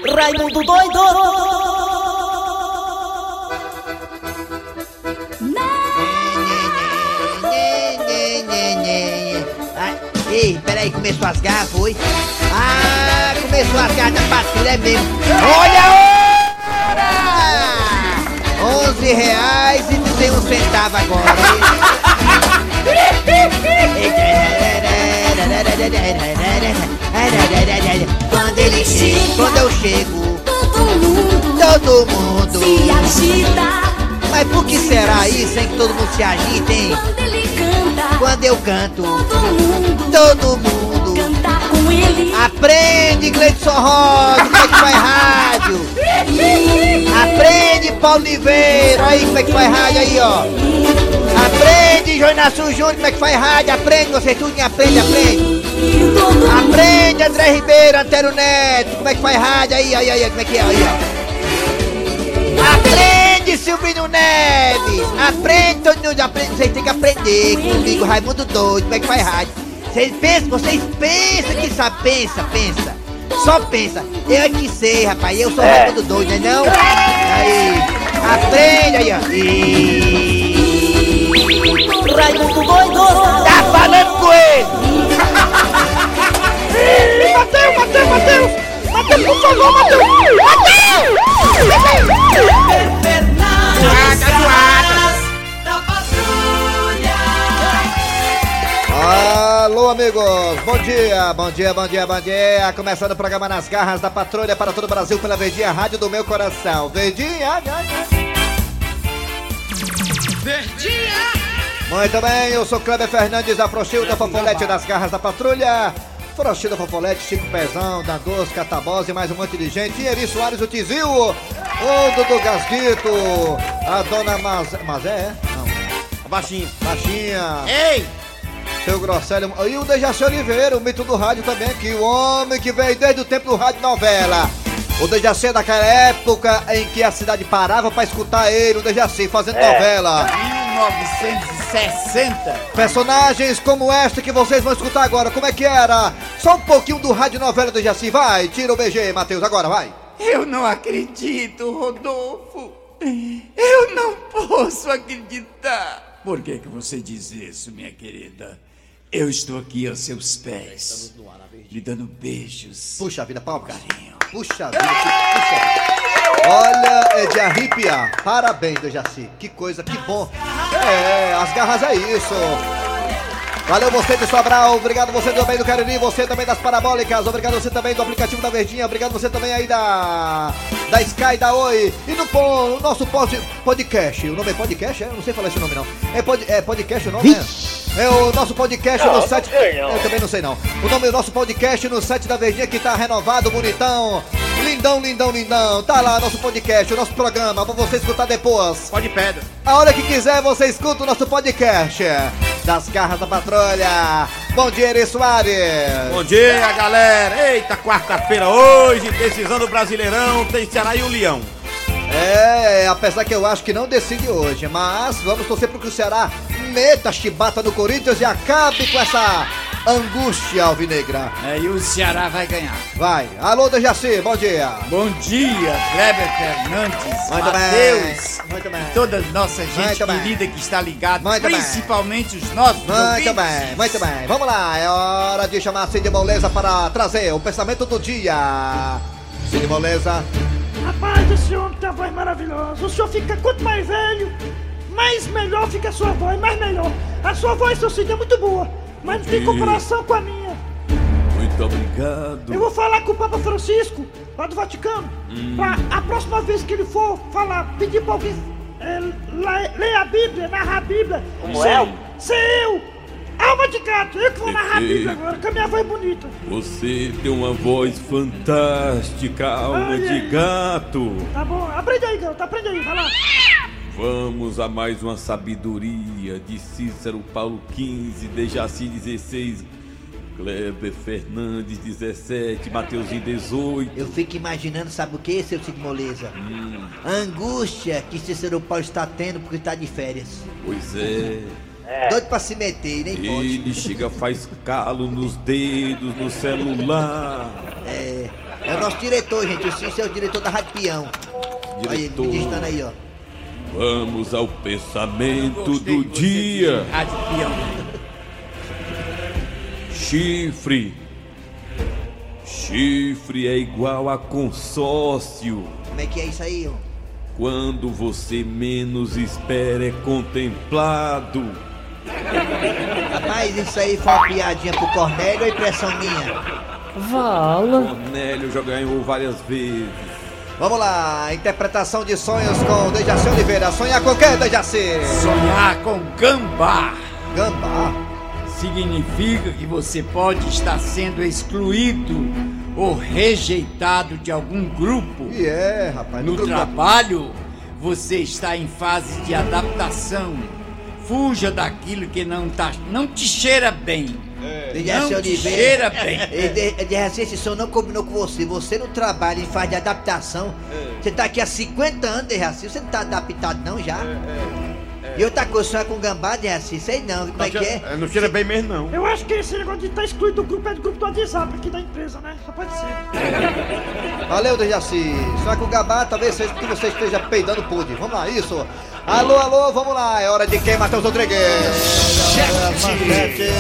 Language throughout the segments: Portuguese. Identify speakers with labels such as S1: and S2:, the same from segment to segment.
S1: Raimundo doido!
S2: Ei, peraí, começou as garras, foi? Ah, começou as garras da patrulha, é mesmo. Olha a hora! R$11,01 agora. Quando eu chego, todo mundo
S3: se agita.
S2: Mas por que será isso, hein, que todo mundo se agita, hein?
S3: Quando ele canta,
S2: Quando eu canto,
S3: todo mundo
S2: canta
S3: com ele.
S2: Aprende, Gleidson Rosa, como é que faz rádio? Aprende, Paulo Oliveira, aí como é que faz rádio aí, ó. Aprende, Joinaço Júnior, como é que faz rádio? Aprende, você tudo aprende. Aprende, André Ribeiro, Antero Neto, como é que faz rádio aí, como é que é aí, ó. Aprende, Silvino Neves, aprende, todo mundo aprende, vocês têm que aprender comigo, Raimundo doido, como é que faz rádio? Vocês pensam que sabe, pensa, só pensa, eu é que sei, rapaz, eu sou Raimundo doido, né não? Aí, aprende aí, ó.
S1: Raimundo doido!
S2: Tá falando com ele!
S4: Mateus, por favor, Mateus!
S5: Alô, amigos, bom dia. Começando o programa Nas Garras da Patrulha para todo o Brasil pela Verdinha, rádio do meu coração. Verdinha! Muito bem, eu sou Kleber Fernandes, a Frouxilda Fofolete das Garras da Patrulha. Frouxilda Fofolete, Chico Pezão, Dandôs, Catabosa e mais um monte de gente. E Eri Soares, o Tizil, o Dudu Gasguito, a dona Mazé, não.
S6: Baixinha.
S5: Ei! Seu Grosselio, e o Dejaci Oliveira, o mito do rádio também aqui, o homem que veio desde o tempo do rádio novela. O Dejaci é daquela época em que a cidade parava pra escutar ele, o Dejaci, fazendo novela.
S6: 1960.
S5: Personagens como esta que vocês vão escutar agora, como é que era? Só um pouquinho do rádio novela do Dejaci, vai, tira o BG, Matheus, agora, vai.
S6: Eu não acredito, Rodolfo. Eu não posso acreditar. Por que você diz isso, minha querida? Eu estou aqui aos seus pés, lhe dando beijos.
S5: Puxa vida, palmas.
S6: Carinho.
S5: Puxa vida. Olha, é de arrepiar. Parabéns, Dejaci. Que coisa, que bom. As garras é isso. Valeu você de Sobral, obrigado você também do Cariri, você também das Parabólicas, obrigado você também do aplicativo da Verdinha, obrigado você também aí da Sky, da Oi, e no nosso podcast, o nome é podcast? Eu não sei falar esse nome não, é podcast o nome, né? É o nosso podcast no site, eu também não sei não, o nome do nosso podcast no site da Verdinha que tá renovado, bonitão, lindão, tá lá nosso podcast, o nosso programa, pra você escutar depois.
S6: Pode pedra.
S5: A hora que quiser você escuta o nosso podcast das Garras da Patrulha. Bom dia, Eri Soares.
S6: Bom dia, galera. Eita, quarta-feira hoje, decisão do Brasileirão, tem Ceará e o Leão.
S5: Apesar que eu acho que não decide hoje, mas vamos torcer pro que o Ceará meta a chibata no Corinthians e acabe com essa angústia alvinegra.
S6: E o Ceará vai ganhar.
S5: Vai. Alô, Dejaci, bom dia.
S6: Bom dia, Kleber Fernandes, Matheus.
S5: Muito bem.
S6: Toda nossa gente querida que está ligada, principalmente os nossos ouvintes.
S5: Muito bem. Vamos lá, é hora de chamar a Cid Moleza para trazer o pensamento do dia. Cid Moleza.
S4: Rapaz, esse homem tem a voz maravilhosa. O senhor fica quanto mais velho, mais melhor fica a sua voz, mais melhor. A sua voz, seu Cid, é muito boa, mas não tem comparação com a minha.
S7: Muito obrigado.
S4: Eu vou falar com o Papa Francisco, lá do Vaticano, pra a próxima vez que ele for falar, pedir pra alguém ler a Bíblia, narrar a Bíblia.
S7: Como é?
S4: Ser eu, alma de gato, eu que vou narrar a Bíblia agora, com a minha voz bonita.
S7: Você tem uma voz fantástica, alma de gato.
S4: Tá bom, aprende aí, garoto, aprende aí, vai lá.
S7: Vamos a mais uma sabedoria de Cícero, Paulo 15, Dejaci 16, Kleber Fernandes 17, Mateuzinho 18.
S2: Eu fico imaginando, sabe o que, seu Cid Moleza? A angústia que Cícero Paulo está tendo porque está de férias.
S7: Pois é.
S2: Doido pra se meter, nem pode.
S7: Ele chega, faz calo nos dedos, no celular.
S2: É o nosso diretor, gente. O Cícero é o diretor da Rádio Peão. Olha ele
S7: Diretor.
S2: me digitando aí, ó.
S7: Vamos ao pensamento do dia.
S6: Rádio Peão.
S7: Chifre. Chifre é igual a consórcio.
S2: Como é que é isso aí, ó?
S7: Quando você menos espera é contemplado.
S2: Rapaz, isso aí foi uma piadinha pro Cornélio ou impressão minha?
S8: Vala.
S7: Cornélio já ganhou várias vezes.
S5: Vamos lá, interpretação de sonhos com Dejaci Oliveira. Sonhar com quem, Dejaci?
S6: Sonhar com gambá
S5: Gambá.
S6: significa que você pode estar sendo excluído ou rejeitado de algum grupo.
S5: E é, rapaz.
S6: No
S5: grupo-
S6: trabalho, você está em fase de adaptação. Fuja daquilo que não te cheira bem.
S2: Dejaci
S6: Não te
S2: Oliveira.
S6: cheira bem.
S2: Dejaci, esse som não combinou com você. Você não trabalha em fase de adaptação. Você tá aqui há 50 anos, Dejaci. Você não tá adaptado não já? E outra coisa, sonhar com gambá, Dejaci, sei não. Como é que é?
S7: Não tira bem mesmo, não.
S4: Eu acho que esse negócio de estar excluído do grupo é do grupo do WhatsApp aqui da empresa, né? Só pode ser.
S5: Valeu, Dejaci. Sonhar com Gambá talvez seja porque você esteja peidando pude. Vamos lá, isso. Alô, alô, vamos lá. É hora de quem, Matheus Rodrigues? Manchete.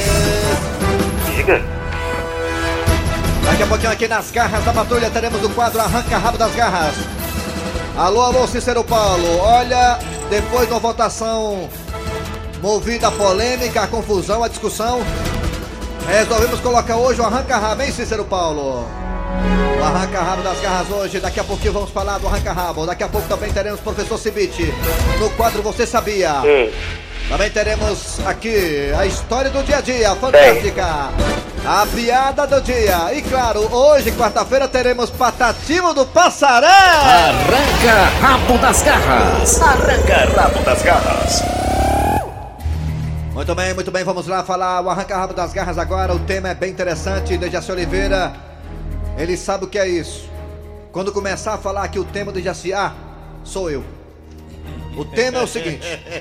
S5: Daqui a pouquinho aqui nas garras da patrulha teremos o quadro Arranca Rabo das Garras. Alô, alô, Cícero Paulo. Olha, depois de uma votação movida a polêmica, a confusão, a discussão, resolvemos colocar hoje o Arranca Rabo, hein, Cícero Paulo? O Arranca Rabo das Garras hoje, daqui a pouquinho vamos falar do Arranca Rabo. Daqui a pouco também teremos o Professor Cibite no quadro Você Sabia? Também teremos aqui a história do dia a dia, fantástica. A piada do dia. E claro, hoje, quarta-feira, teremos Patativo do Passaré.
S8: Arranca rabo das garras. Arranca rabo das garras.
S5: Muito bem, vamos lá falar o Arranca Rabo das Garras agora. O tema é bem interessante. Dejaci Oliveira, ele sabe o que é isso. Quando começar a falar aqui o tema do Dejaci, sou eu. O tema é o seguinte: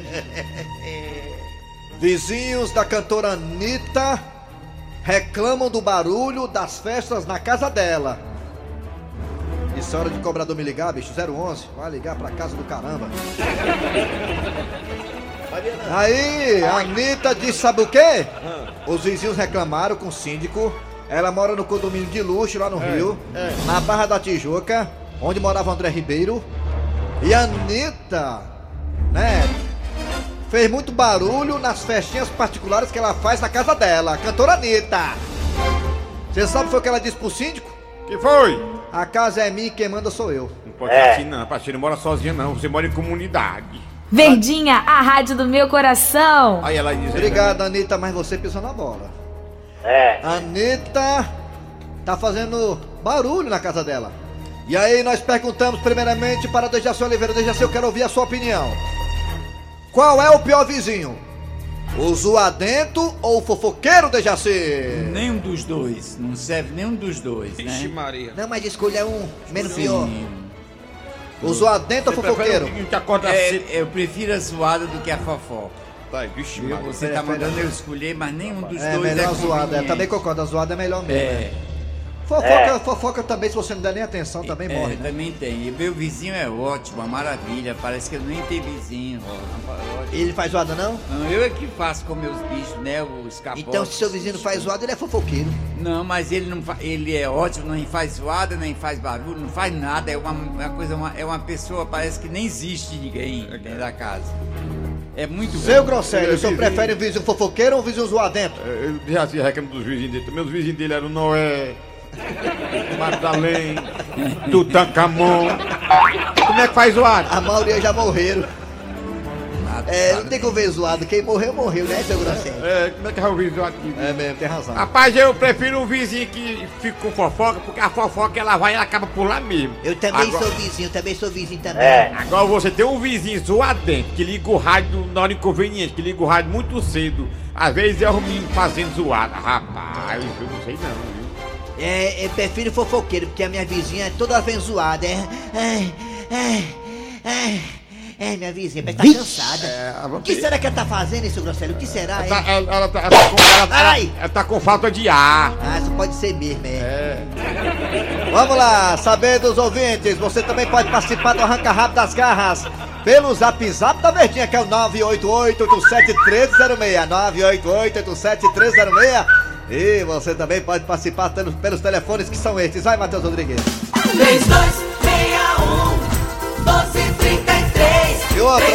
S5: vizinhos da cantora Anitta reclamam do barulho das festas na casa dela. Isso é hora de cobrador me ligar, bicho. 011, vai ligar pra casa do caramba. Aí, a Anitta disse, sabe o quê? Os vizinhos reclamaram com o síndico. Ela mora no condomínio de luxo lá no Rio, na Barra da Tijuca, onde morava o André Ribeiro. E a Anitta, né, fez muito barulho nas festinhas particulares que ela faz na casa dela, a cantora Anitta. Você sabe foi o que ela disse pro síndico?
S7: Que foi?
S5: A casa é minha e quem manda sou eu.
S7: Não pode ser assim, não. Você não mora sozinha, não. Você mora em comunidade.
S9: Verdinha, a rádio do meu coração.
S7: Aí ela diz...
S5: Obrigado, Anitta, mas você pisou na bola. A Anitta tá fazendo barulho na casa dela. E aí nós perguntamos primeiramente para Dejaci Oliveira. Dejaci, eu quero ouvir a sua opinião. Qual é o pior vizinho? O zoadento ou o fofoqueiro, Dejaci?
S6: Nenhum dos dois. Não serve nenhum dos dois,
S7: Vixe
S6: né?
S7: Maria.
S2: Não, mas escolha um, menos pior.
S6: Sim.
S5: O zoadento ou fofoqueiro?
S7: Que acorda cedo.
S6: Eu prefiro a zoada do que a fofoca.
S7: Tá, vixe
S6: Viu?
S7: Maria.
S6: Você tá mandando eu escolher, mas nenhum dos
S5: É
S6: dois
S5: melhor
S6: é
S5: a zoada.
S6: conveniente.
S5: Também concordo, a zoada é melhor mesmo.
S6: É.
S5: Fofoca também, se você não der nem atenção, também morre, né?
S6: Também tem. E meu vizinho é ótimo, uma maravilha. Parece que eu nem tenho vizinho.
S2: Ele faz zoada não?
S6: Não, eu é que faço com meus bichos, né? O escapote.
S2: Então se seu vizinho não faz zoada, ele é fofoqueiro.
S6: Não, mas ele não ele é ótimo, não faz zoada, nem faz barulho, não faz nada. É uma coisa, é uma pessoa, parece que nem existe ninguém dentro da casa. É muito
S5: Seu
S6: bom.
S5: Grosselho, o senhor prefere um vizinho fofoqueiro ou um vizinho zoadento?
S7: Eu já se reclamo dos vizinhos dele. Meus vizinhos dele eram Noé, Matusalém, Tutankhamon. Como é que faz zoado?
S2: A maioria já morreram. Não tem como ver zoado. Quem morreu, morreu, né, seu Grosselho?
S7: Como é que é o vizinho aqui?
S5: É mesmo, tem razão.
S7: Rapaz, eu prefiro um vizinho que fica com fofoca, porque a fofoca ela vai e ela acaba por lá mesmo.
S2: Eu também
S7: Agora-
S2: sou vizinho, também.
S7: Agora você tem um vizinho zoadento, que liga o rádio na hora inconveniente, que liga o rádio muito cedo. Às vezes é o menino fazendo zoada. Rapaz, eu não sei não, viu?
S2: Eu prefiro fofoqueiro, porque a minha vizinha é toda vez zoada. É, minha vizinha, parece que tá cansada. O que será que ela tá fazendo, seu Grosselio? O que será, hein?
S7: Ela tá com falta de ar.
S2: Ah, isso pode ser mesmo, é.
S5: Vamos lá, saber dos ouvintes, você também pode participar do Arranca Rabo das Garras pelo Zap da Verdinha, que é o 988-87-1306, 988-87-1306. E você também pode participar pelos telefones que são estes. Vai, Matheus Rodrigues.
S3: 3261-1233.
S5: E outro?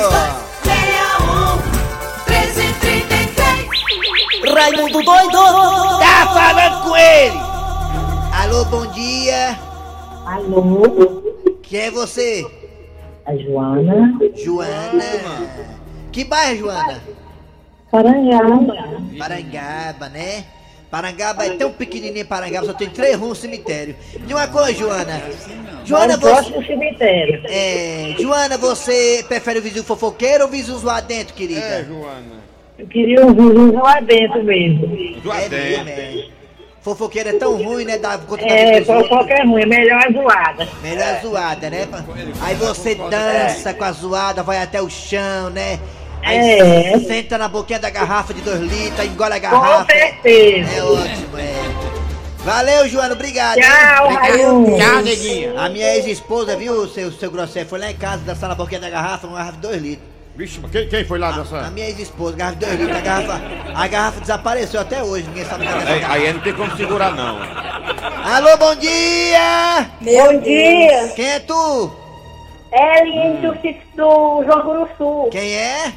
S3: 3261-1333.
S1: Raimundo doido!
S2: Tá falando com ele! Alô, bom dia!
S10: Alô,
S2: Quem é você?
S10: a Joana,
S2: Joana. Que bairro, Joana?
S10: Parangaba.
S2: Parangaba, né? Parangaba é tão pequenininho, Parangaba, só tem 3 ruas no cemitério. De uma coisa, Joana. Joana,
S10: Próximo
S2: você...
S10: cemitério.
S2: Joana, você prefere o vizinho fofoqueiro ou o vizinho zoado dentro, querida?
S7: Joana.
S10: Eu queria um vizinho lá dentro mesmo.
S2: É mesmo, é. Fofoqueiro é tão ruim, né? Dá conta da
S10: É,
S2: vida dos outros.
S10: fofoca é ruim, é melhor a zoada.
S2: Melhor a zoada, né? Aí você dança com a zoada, vai até o chão, né? Aí senta na boquinha da garrafa de 2 litros, engole a garrafa.
S10: Com certeza.
S2: É ótimo, é. Valeu, Joana, obrigado.
S10: Tchau, Raimundo.
S7: Tchau, neguinha.
S2: A minha ex-esposa, viu, seu Grosselio, foi lá em casa dançar na boquinha da garrafa, uma garrafa de 2 litros.
S7: Vixe, mas quem foi lá dançar?
S2: A minha ex-esposa, garrafa de 2 litros, a garrafa desapareceu até hoje, ninguém sabe onde é.
S7: Aí não tem como segurar, não.
S2: Alô, bom dia!
S10: Bom dia.
S2: Quem é tu?
S10: Eliane do João Guruçu.
S2: Quem é?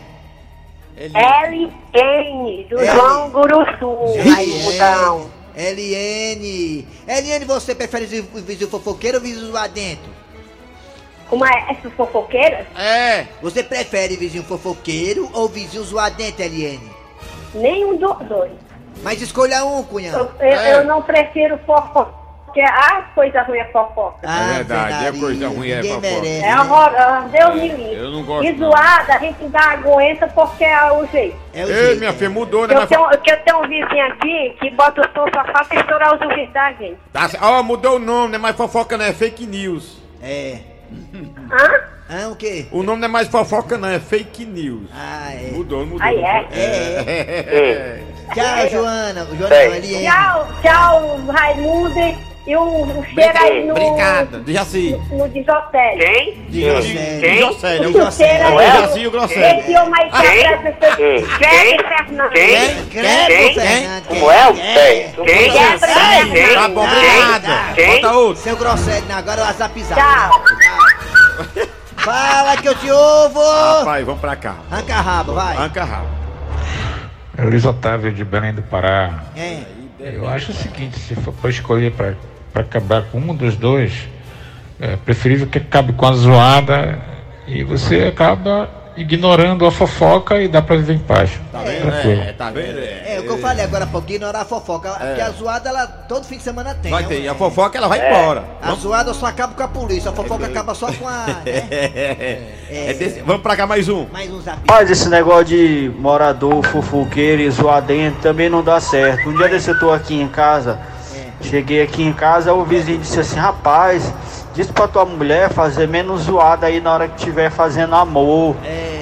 S10: Eliane do João Guruçu. Raimundão.
S2: Eliane. Eliane, você prefere o vizinho fofoqueiro ou o vizinho lá dentro?
S10: Como é essas fofoqueiras?
S7: É.
S2: Você prefere vizinho fofoqueiro ou vizinho zoadento, Eliane?
S10: Nenhum dos dois.
S2: Mas escolha um, cunhão.
S10: Eu não prefiro fofoca. Porque a coisa ruim é fofoca.
S7: É verdade, é coisa ruim, é
S2: Ninguém
S7: fofoca.
S2: merece,
S10: É
S2: né?
S10: horrorosa, Deus me livre.
S7: Eu não gosto,
S10: E
S7: não.
S10: zoada, a gente ainda aguenta porque é o jeito.
S2: É o
S7: Ei,
S2: jeito,
S7: minha
S2: é.
S7: filha, mudou, né?
S10: Eu tenho um vizinho aqui que bota o som só falta estourar os ouvidos da gente.
S7: Ó, mudou o nome, não é mais fofoca, não, é fake news.
S2: É.
S10: Hã?
S2: O quê?
S7: O nome não é mais fofoca, não, é fake news.
S2: Ah, é.
S7: Mudou.
S10: Aí é?
S2: Tchau, Joana. Joana, não, Eliane.
S10: Tchau, Raimundo. E um cheiro aí no...
S7: Obrigado, Jaci.
S10: No Disotélio.
S6: Quem?
S7: Jocélio,
S10: O cheiro
S7: é o
S10: aí.
S7: Jaci e o Grosselio.
S10: Esse homem aí que atrás Greg Fernandes.
S2: Credo, Fernando.
S6: Como é? Quem?
S7: Tá bom, obrigado. Bota outro.
S2: Seu Grosselio, não, agora é o WhatsApp.
S10: Tchau.
S2: Fala que eu te ouvo.
S7: Rapaz, vamos pra cá.
S2: Arranca rabo, vai.
S7: Arranca rabo.
S11: É o Luiz Otávio de Belém do Pará.
S2: É.
S11: Eu acho o seguinte, se for para escolher para acabar com um dos dois, é preferível que acabe com a zoada e você acaba ignorando a fofoca e dá para viver em paz.
S7: Tá vendo?
S11: Tranquilo.
S7: Tá vendo?
S2: É o que eu falei agora há pouco, ignorar a fofoca. Porque a zoada, ela todo fim de semana tem.
S7: Vai
S2: né?
S7: ter. E a fofoca, ela vai embora.
S2: A zoada só acaba com a polícia, a fofoca acaba só com a. Né?
S7: Vamos pra cá, mais um.
S2: Mais um zap.
S12: Mas esse negócio de morador, fofoqueiro e zoadento também não dá certo. Um dia desse eu tô aqui em casa, cheguei aqui em casa, o vizinho disse assim, rapaz, diz pra tua mulher fazer menos zoada aí na hora que estiver fazendo amor.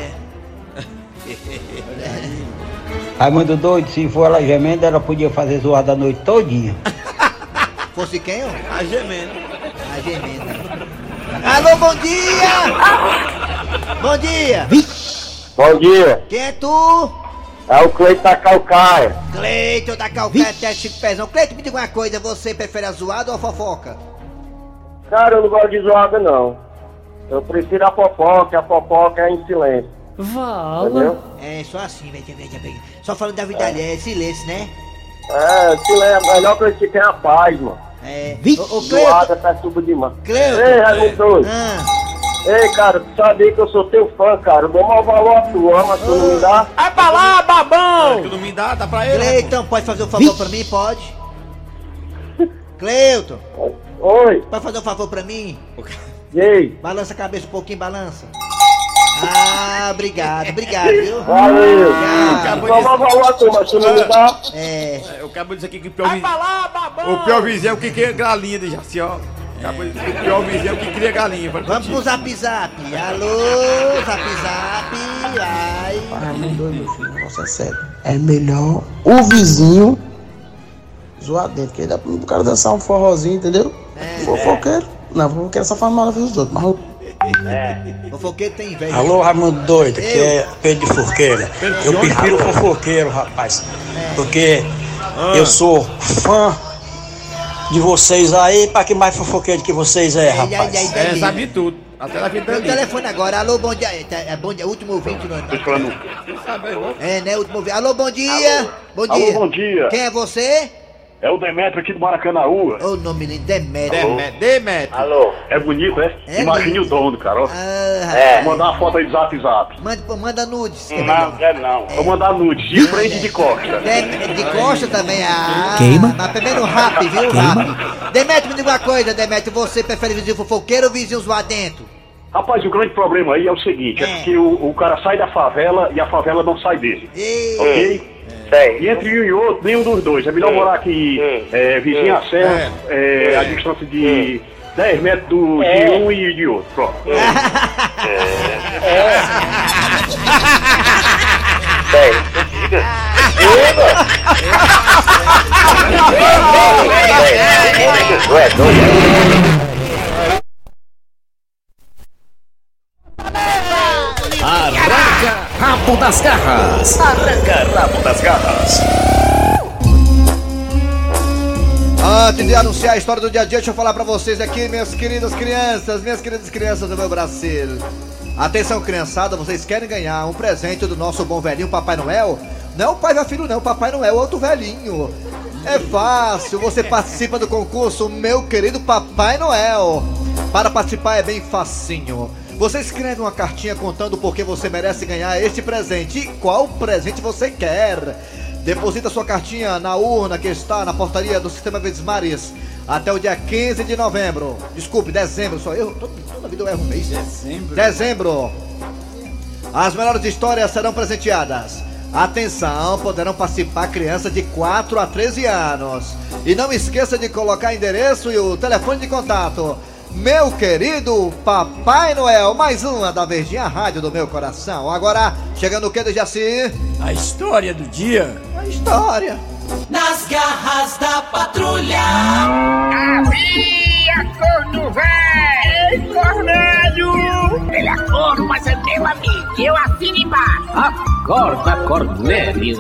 S13: Raimundo doido, se for ela gemendo, ela podia fazer zoada a noite todinha.
S2: Fosse quem, ó?
S7: A gemendo.
S2: A gemenda. Alô, bom dia! Bom dia!
S12: Bom dia,
S2: Quem é tu?
S12: é o Cleiton da Calcaia.
S2: Cleiton da Calcaia, até Chico Pezão. Cleiton, me diga uma coisa, você prefere a zoada ou a fofoca?
S12: Cara, eu não gosto de zoada não. Eu prefiro a fofoca é em silêncio. Entendeu?
S2: É, só assim, velho. Só falando da vida alheia, silêncio, né?
S12: É, silêncio, a melhor coisa que tem é a paz, mano.
S2: É. Ô,
S12: Zoada tá tudo demais.
S2: Cleiton.
S12: Ei, Raimundo doido. Ei, cara, tu sabia que eu sou teu fã, cara. Eu dou maior valor a tu, mas tu não me dá.
S7: Vai pra lá, babão! Tu não me dá pra ele.
S2: Cleiton, pode fazer um favor pra mim? Pode. Cleiton,
S12: Oi,
S2: pode fazer um favor pra mim?
S12: e aí?
S2: Balança a cabeça um pouquinho, balança. Ah, obrigado, viu?
S12: Valeu.
S2: Obrigado.
S12: Dou maior valor a tu, mas tu não me dá.
S2: É.
S7: Eu acabo de dizer aqui que o pior vizinho. O pior vizinho é o que é galinha de Jaci, ó. O pior vizinho é o que cria galinha.
S2: Vamos pro Zap Zap. Alô, Zap Zap. Ai.
S14: Raimundo, meu filho, nossa, é sério. É melhor o vizinho zoar dentro, porque dá pro cara dançar um forrozinho, entendeu? Fofoqueiro. Não, fofoqueiro só faz mal a vida dos outros, mas...
S2: Fofoqueiro tem velho.
S14: Alô, Raimundo doido, aqui é Pedro de Forqueira. Eu prefiro fofoqueiro, rapaz. Porque eu sou fã de vocês aí, pra que mais fofoqueiro que vocês rapaz?
S7: Sabe tudo. Até na vida
S2: Meu telefone agora, alô, bom dia. É bom dia, último ouvinte. Né, último ouvinte. Alô, bom dia. Bom dia.
S15: Alô, bom dia.
S2: Quem é você?
S15: É o Demetrio aqui do Maracanãú.
S2: Ô, nome lindo, Demetrio.
S7: Demetrio.
S15: Alô. É bonito, Imagine o dono, cara. Vou mandar uma foto aí do Zap Zap.
S2: Manda nudes.
S15: Não, quero não. Vou mandar nudes. De frente e de costa.
S2: De costa também,
S1: Queima.
S2: Mas primeiro rap, viu? Rap. Demetrio, me diga uma coisa, Demetrio. Você prefere vizinho fofoqueiro ou vizinhos lá dentro?
S15: Rapaz, o grande problema aí é o seguinte. É que o cara sai da favela e a favela não sai dele. Ok? E entre um e outro, nenhum dos dois. É melhor morar aqui vizinho a serra, a distância de 10 metros de um e de outro. Pronto.
S8: Arranca rabo das garras. Arranca rabo das garras.
S5: Antes de anunciar a história do dia a dia, deixa eu falar pra vocês aqui, minhas queridas crianças do meu Brasil. Atenção, criançada, vocês querem ganhar um presente do nosso bom velhinho Papai Noel? Não é o pai da filho não, Papai Noel é outro velhinho. É fácil, você participa do concurso Meu Querido Papai Noel. Para participar é bem facinho. Você escreve uma cartinha contando por que você merece ganhar este presente e qual presente você quer. Deposita sua cartinha na urna que está na portaria do Sistema Verdes Mares até o dia 15 de novembro. Desculpe, dezembro, só eu. Toda vida eu erro um mês. Dezembro. As melhores histórias serão presenteadas. Atenção, poderão participar crianças de 4 a 13 anos. E não esqueça de colocar endereço e o telefone de contato. Meu querido Papai Noel, mais uma da Verdinha Rádio do meu coração. Agora, chegando o que, Dejaci?
S6: A história do dia.
S5: A história.
S1: Nas garras da patrulha.
S16: Havia corno velho. Ei, Cornélio. Ele é corno, mas é meu amigo. Eu assino embaixo.
S8: Acorda, Cornélio.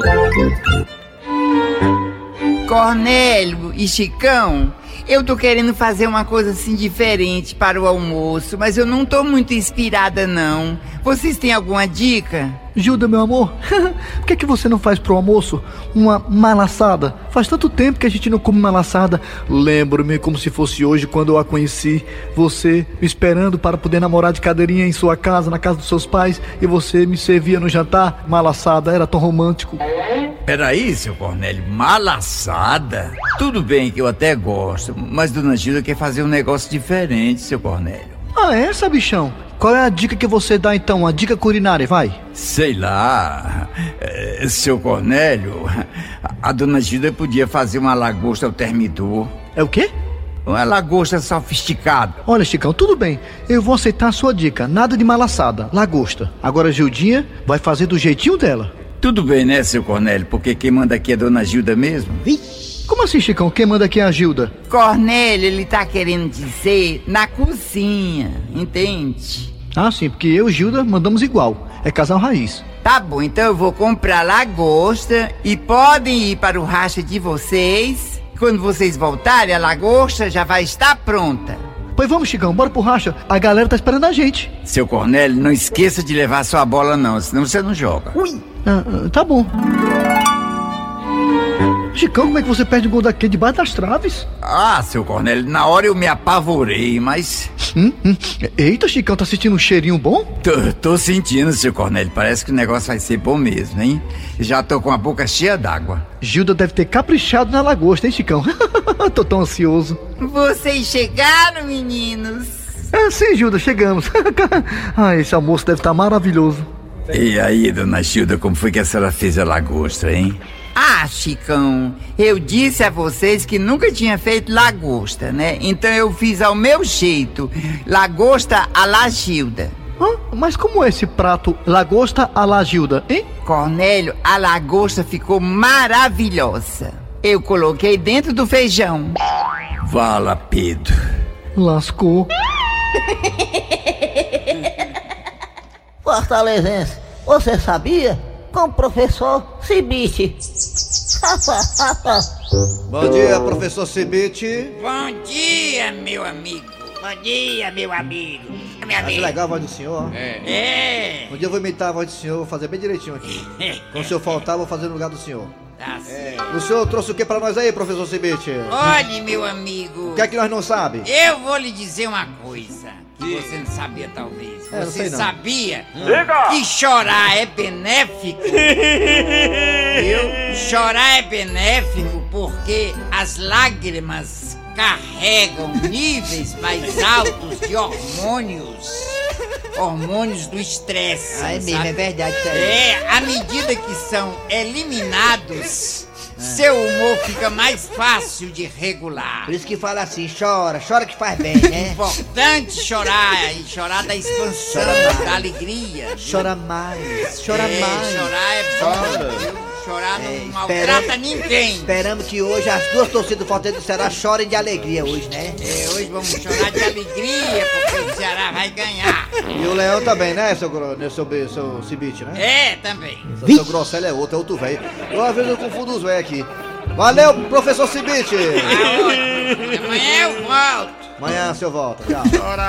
S17: Cornélio e Chicão, eu tô querendo fazer uma coisa assim diferente para o almoço, mas eu não tô muito inspirada não. Vocês têm alguma dica?
S18: Gilda, meu amor, por que você não faz pro almoço uma malaçada? Faz tanto tempo que a gente não come malaçada. Lembro-me como se fosse hoje quando eu a conheci. Você me esperando para poder namorar de cadeirinha em sua casa, na casa dos seus pais, e você me servia no jantar. Malaçada, era tão romântico.
S6: Peraí, seu Cornélio, malaçada? Tudo bem que eu até gosto, mas Dona Gilda quer fazer um negócio diferente, seu Cornélio.
S18: Ah, é, sabichão? Qual é a dica que você dá então? A dica culinária, vai?
S6: Sei lá, seu Cornélio, a Dona Gilda podia fazer uma lagosta ao termidor.
S18: É o quê?
S6: Uma lagosta sofisticada.
S18: Olha, Chicão, tudo bem, eu vou aceitar a sua dica. Nada de malaçada, lagosta. Agora a Gildinha vai fazer do jeitinho dela.
S6: Tudo bem, né, seu Cornélio? Porque quem manda aqui é Dona Gilda mesmo.
S18: Como assim, Chicão? Quem manda aqui é a Gilda?
S17: Cornélio, ele tá querendo dizer na cozinha, entende?
S18: Ah, sim, porque eu e Gilda mandamos igual. É casal raiz.
S17: Tá bom, então eu vou comprar lagosta e podem ir para o racha de vocês. Quando vocês voltarem, a lagosta já vai estar pronta.
S18: Pois vamos, Chicão, bora pro racha. A galera tá esperando a gente.
S6: Seu Cornélio, não esqueça de levar sua bola não, senão você não joga.
S18: Ui! Tá bom. Chicão, como é que você perde o gol daquele debaixo das traves?
S6: Ah, seu Cornélio, na hora eu me apavorei, mas...
S18: Eita, Chicão, tá sentindo um cheirinho bom?
S6: Tô sentindo, seu Cornélio, parece que o negócio vai ser bom mesmo, hein? Já tô com a boca cheia d'água.
S18: Gilda deve ter caprichado na lagosta, hein, Chicão? Tô tão ansioso.
S17: Vocês chegaram, meninos?
S18: Sim, Gilda, chegamos. Esse almoço deve estar maravilhoso.
S6: E aí, Dona Gilda, como foi que a senhora fez a lagosta, hein?
S17: Ah, Chicão, eu disse a vocês que nunca tinha feito lagosta, né? Então eu fiz ao meu jeito, lagosta à la Gilda.
S18: Mas como é esse prato lagosta à la Gilda, hein?
S17: Cornélio, a lagosta ficou maravilhosa. Eu coloquei dentro do feijão.
S6: Vala, Pedro.
S18: Lascou.
S19: Fortalezense, você sabia? Com o professor Cibite.
S5: Bom dia, professor Cibite.
S17: Bom dia, meu amigo.
S16: Bom dia, meu amigo. Meu
S5: Acho
S16: amigo.
S5: legal a voz do senhor, ó.
S17: É.
S5: Um dia eu vou imitar a voz do senhor, vou fazer bem direitinho aqui. Quando o senhor faltar, eu vou fazer no lugar do senhor.
S17: Tá certo.
S5: O senhor trouxe o que pra nós aí, professor Cibite?
S17: Olhe, meu amigo.
S5: O que é que nós não sabe?
S17: Eu vou lhe dizer uma coisa que você não sabia, talvez.
S5: Não
S17: Você
S5: sei não.
S17: sabia
S5: Diga!
S17: que chorar é benéfico? Viu? Chorar é benéfico porque as lágrimas carregam níveis mais altos de hormônios. Hormônios do estresse.
S2: Ah, é mesmo,
S17: sabe?
S2: é verdade isso aí.
S17: É, à medida que são eliminados, seu humor fica mais fácil de regular.
S2: Por isso que fala assim, chora que faz bem, né?
S17: Importante chorar, e chorar da expansão, da alegria.
S2: Chora mais, chora mais.
S17: Chorar é bom, viu? Chorar não maltrata ninguém.
S2: Esperamos que hoje as duas torcidas do Fortaleza do Ceará chorem de alegria hoje, né?
S17: É, hoje vamos chorar de alegria, porque o Ceará vai ganhar.
S5: E o Leão também, né, seu Cibite, né?
S17: É, também.
S5: Seu Grosselho é outro velho. Às vezes eu confundo os velhos aqui. Valeu, professor Cibite!
S17: Amanhã eu volto.
S5: Amanhã o senhor volta, tchau.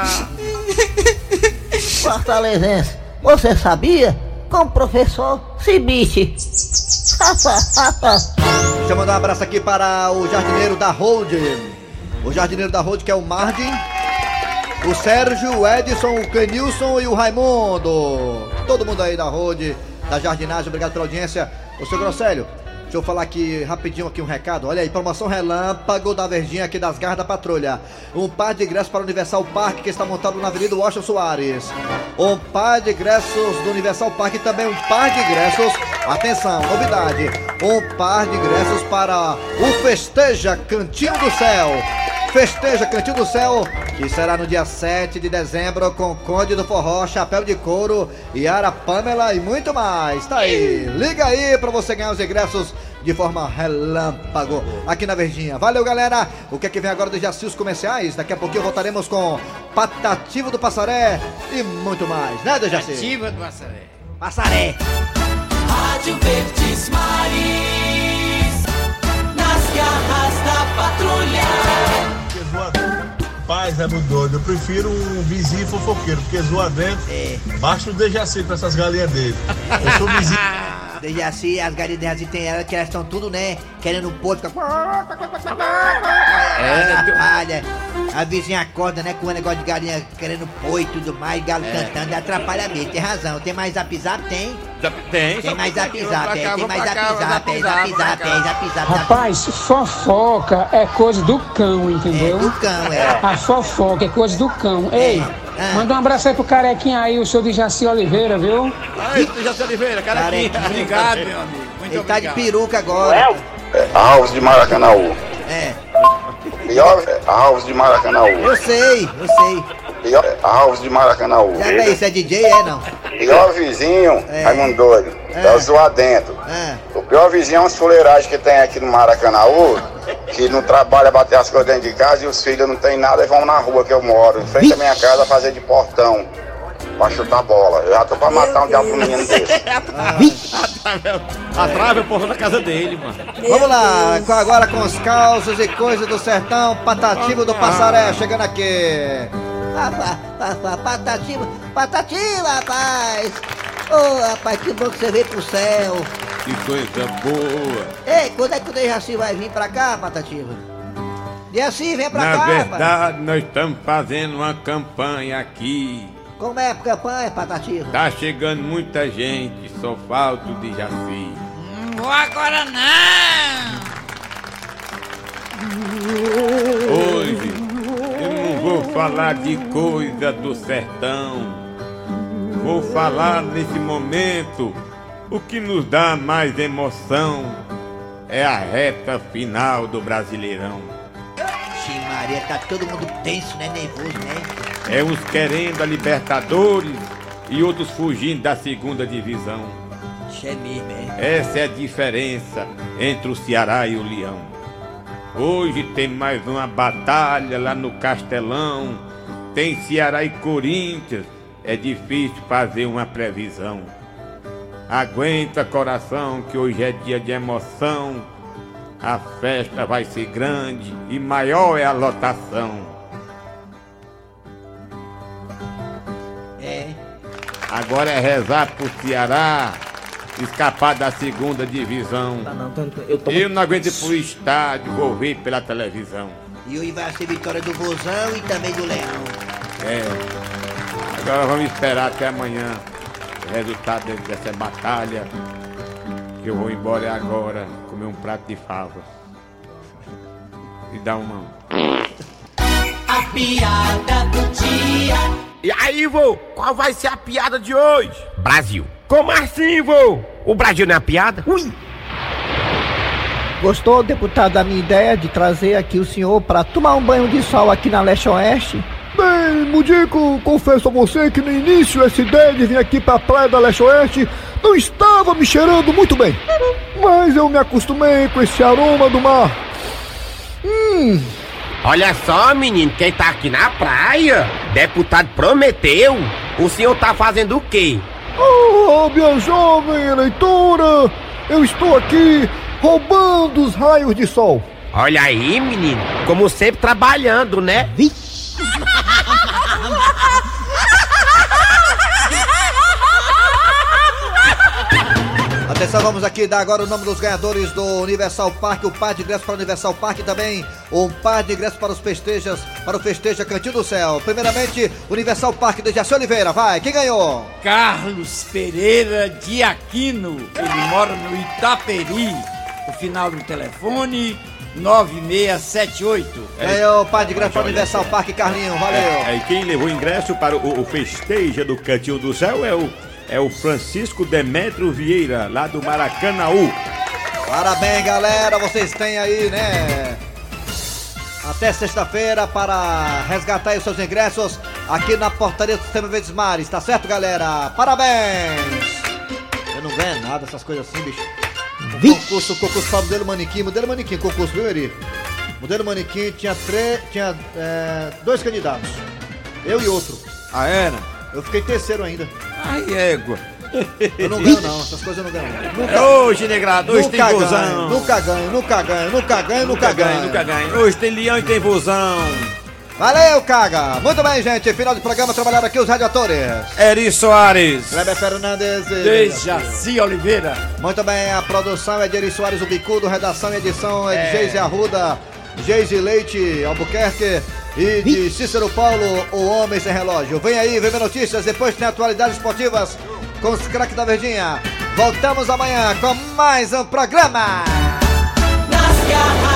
S19: Fortalezense, você sabia? Com o professor Cibite.
S5: Deixa eu mandar um abraço aqui para o jardineiro da Road. O jardineiro da Road, que é o Margin, o Sérgio, o Edson, o Clenilson e o Raimundo. Todo mundo aí da Road, da jardinagem, obrigado pela audiência. Ô, seu Grosselho, deixa eu falar aqui rapidinho aqui um recado. Olha aí, promoção relâmpago da Verdinha aqui das Garras da Patrulha. Um par de ingressos para o Universal Park, que está montado na Avenida Washington Soares. Um par de ingressos do Universal Park e também um par de ingressos, atenção, novidade, um par de ingressos para o Festeja Cantinho do Céu. Festeja Cantinho do Céu, que será no dia 7 de dezembro com Conde do Forró, Chapéu de Couro, Yara Pamela e muito mais. Tá aí, liga aí pra você ganhar os ingressos de forma relâmpago aqui na Verdinha. Valeu, galera. O que é que vem agora do Jaci, os comerciais? Daqui a pouquinho voltaremos com Patativa do Passaré e muito mais, né, Dejaci?
S17: Patativa do Passaré.
S2: Passaré.
S1: Rádio Verdes Maris, nas garras da patrulha.
S20: Paz é muito doido, eu prefiro um vizinho fofoqueiro, porque zoadento, basta o Dejaci pra essas galinhas dele. Eu sou vizinho.
S2: Dejaci, as galinhas de Dejaci tem ela que elas estão tudo, né? Querendo um porco. Olha, a vizinha acorda, né? Com um negócio de galinha querendo pôr e tudo mais, galo cantando, atrapalha mesmo, tem razão. Tem mais zap zap? Tem.
S7: Tem
S2: mais zap zap, tem mais zap zap.
S21: Rapaz, fofoca é coisa do cão, entendeu?
S2: Do cão, é.
S21: A fofoca é coisa do cão. Ei, manda um abraço aí pro carequinha aí, o senhor Dejaci Oliveira, viu?
S7: Aí, Dejaci Oliveira, carequinha.
S17: Obrigado, meu amigo. Muito
S2: Ele tá de peruca agora.
S22: Alves de Maracanaú. Pior Alves de Maracanaú.
S2: Eu sei.
S22: Pior Alves de Maracanaú.
S2: Já bem, isso é DJ, é não?
S22: Pior vizinho, Raimundo Doido, é o Zoadento. O pior vizinho é uma fuleiragem que tem aqui no Maracanaú, que não trabalha bater as coisas dentro de casa e os filhos não tem nada e vão na rua que eu moro, em frente à minha casa, fazer de portão. Pra chutar bola. Eu já tô pra matar um diabo menino desse.
S7: Atrave o portão da casa dele, mano.
S5: Vamos lá, agora com os causos e coisas do sertão, Patativa do Passaré, chegando aqui.
S19: Patativa, rapaz. Ô, rapaz, que bom que você veio pro céu.
S7: Que coisa boa.
S19: Ei, quando é que o Dejaci vai vir pra cá, Patativa? Dejaci, vem pra cá,
S7: Na
S19: rapaz.
S7: verdade, nós estamos fazendo uma campanha aqui.
S19: Como é a campanha, Patativa?
S7: Tá chegando muita gente, só falta o Dejaci.
S17: Vou agora não.
S7: Hoje eu não vou falar de coisa do sertão. Vou falar nesse momento o que nos dá mais emoção. é a reta final do Brasileirão.
S2: Sim, Maria, tá todo mundo tenso, né? Nervoso, né?
S7: É uns querendo a Libertadores e outros fugindo da segunda divisão.
S2: Isso é mesmo, é?
S7: Essa é a diferença entre o Ceará e o Leão. Hoje tem mais uma batalha lá no Castelão. Tem Ceará e Corinthians. É difícil fazer uma previsão. Aguenta, coração, que hoje é dia de emoção. A festa vai ser grande e maior é a lotação.
S2: É.
S7: Agora é rezar pro Ceará escapar da segunda divisão. Eu não aguento ir pro estádio, vou ver pela televisão.
S2: E hoje vai ser vitória do Vozão e também do Leão.
S7: É. Agora vamos esperar até amanhã o resultado dessa batalha. Que eu vou embora agora comer um prato de favas. E dar uma.
S1: A piada do dia.
S4: E aí, vô, qual vai ser a piada de hoje? Brasil. Como assim, vô? O Brasil não é a piada? Ui!
S18: Gostou, deputado, da minha ideia de trazer aqui o senhor para tomar um banho de sol aqui na Leste-Oeste? Bem, Mudico, confesso a você que no início essa ideia de vir aqui pra praia da Leste-Oeste não estava me cheirando muito bem. Mas eu me acostumei com esse aroma do mar.
S4: Olha só, menino, quem tá aqui na praia? Deputado prometeu. O senhor tá fazendo o quê?
S18: Oh, minha jovem eleitora, eu estou aqui roubando os raios de sol.
S4: Olha aí, menino, como sempre trabalhando, né?
S5: Atenção, vamos aqui dar agora o nome dos ganhadores do Universal Park, o par de ingressos para o Universal Park e também um par de ingressos para os festejos, para o Festeja Cantinho do Céu. Primeiramente, Universal Park de Jaci Oliveira, vai, quem ganhou?
S6: Carlos Pereira de Aquino, ele mora no Itaperi, o final do telefone 9678.
S5: Ganhou o par de ingressos para o Universal Park, Carlinho, valeu.
S7: E quem levou ingresso para o Festeja do Cantinho do Céu é o Francisco Demetrio Vieira, lá do Maracanaú.
S5: Parabéns, galera, vocês têm aí, né? Até sexta-feira para resgatar aí os seus ingressos aqui na portaria do Sistema Verdes Mares, tá certo, galera? Parabéns! Eu não ganho nada, essas coisas assim, bicho. O concurso para modelo manequim, concurso, viu, Eri? Modelo manequim tinha dois candidatos, eu e outro.
S7: Ah, era?
S5: Eu fiquei terceiro ainda.
S7: Ai, égua.
S5: Eu não ganho não, essas coisas eu não ganho.
S7: Nunca, hoje, negrado, hoje tem vozão.
S5: Nunca ganho.
S7: Hoje tem leão e tem vozão.
S5: Valeu, Caga. Muito bem, gente. Final de programa, trabalharam aqui os radioatores.
S7: Eri Soares.
S5: Kleber Fernandes.
S6: Dejaci Oliveira.
S5: Muito bem, a produção é de Eri Soares, o Bicudo. Redação e edição é de Geise Arruda, Geise Leite Albuquerque e de Cícero Paulo, o Homem Sem Relógio. Vem aí, vem ver notícias, depois tem atualidades esportivas com os craques da Verdinha. Voltamos amanhã com mais um programa.
S1: Nas garras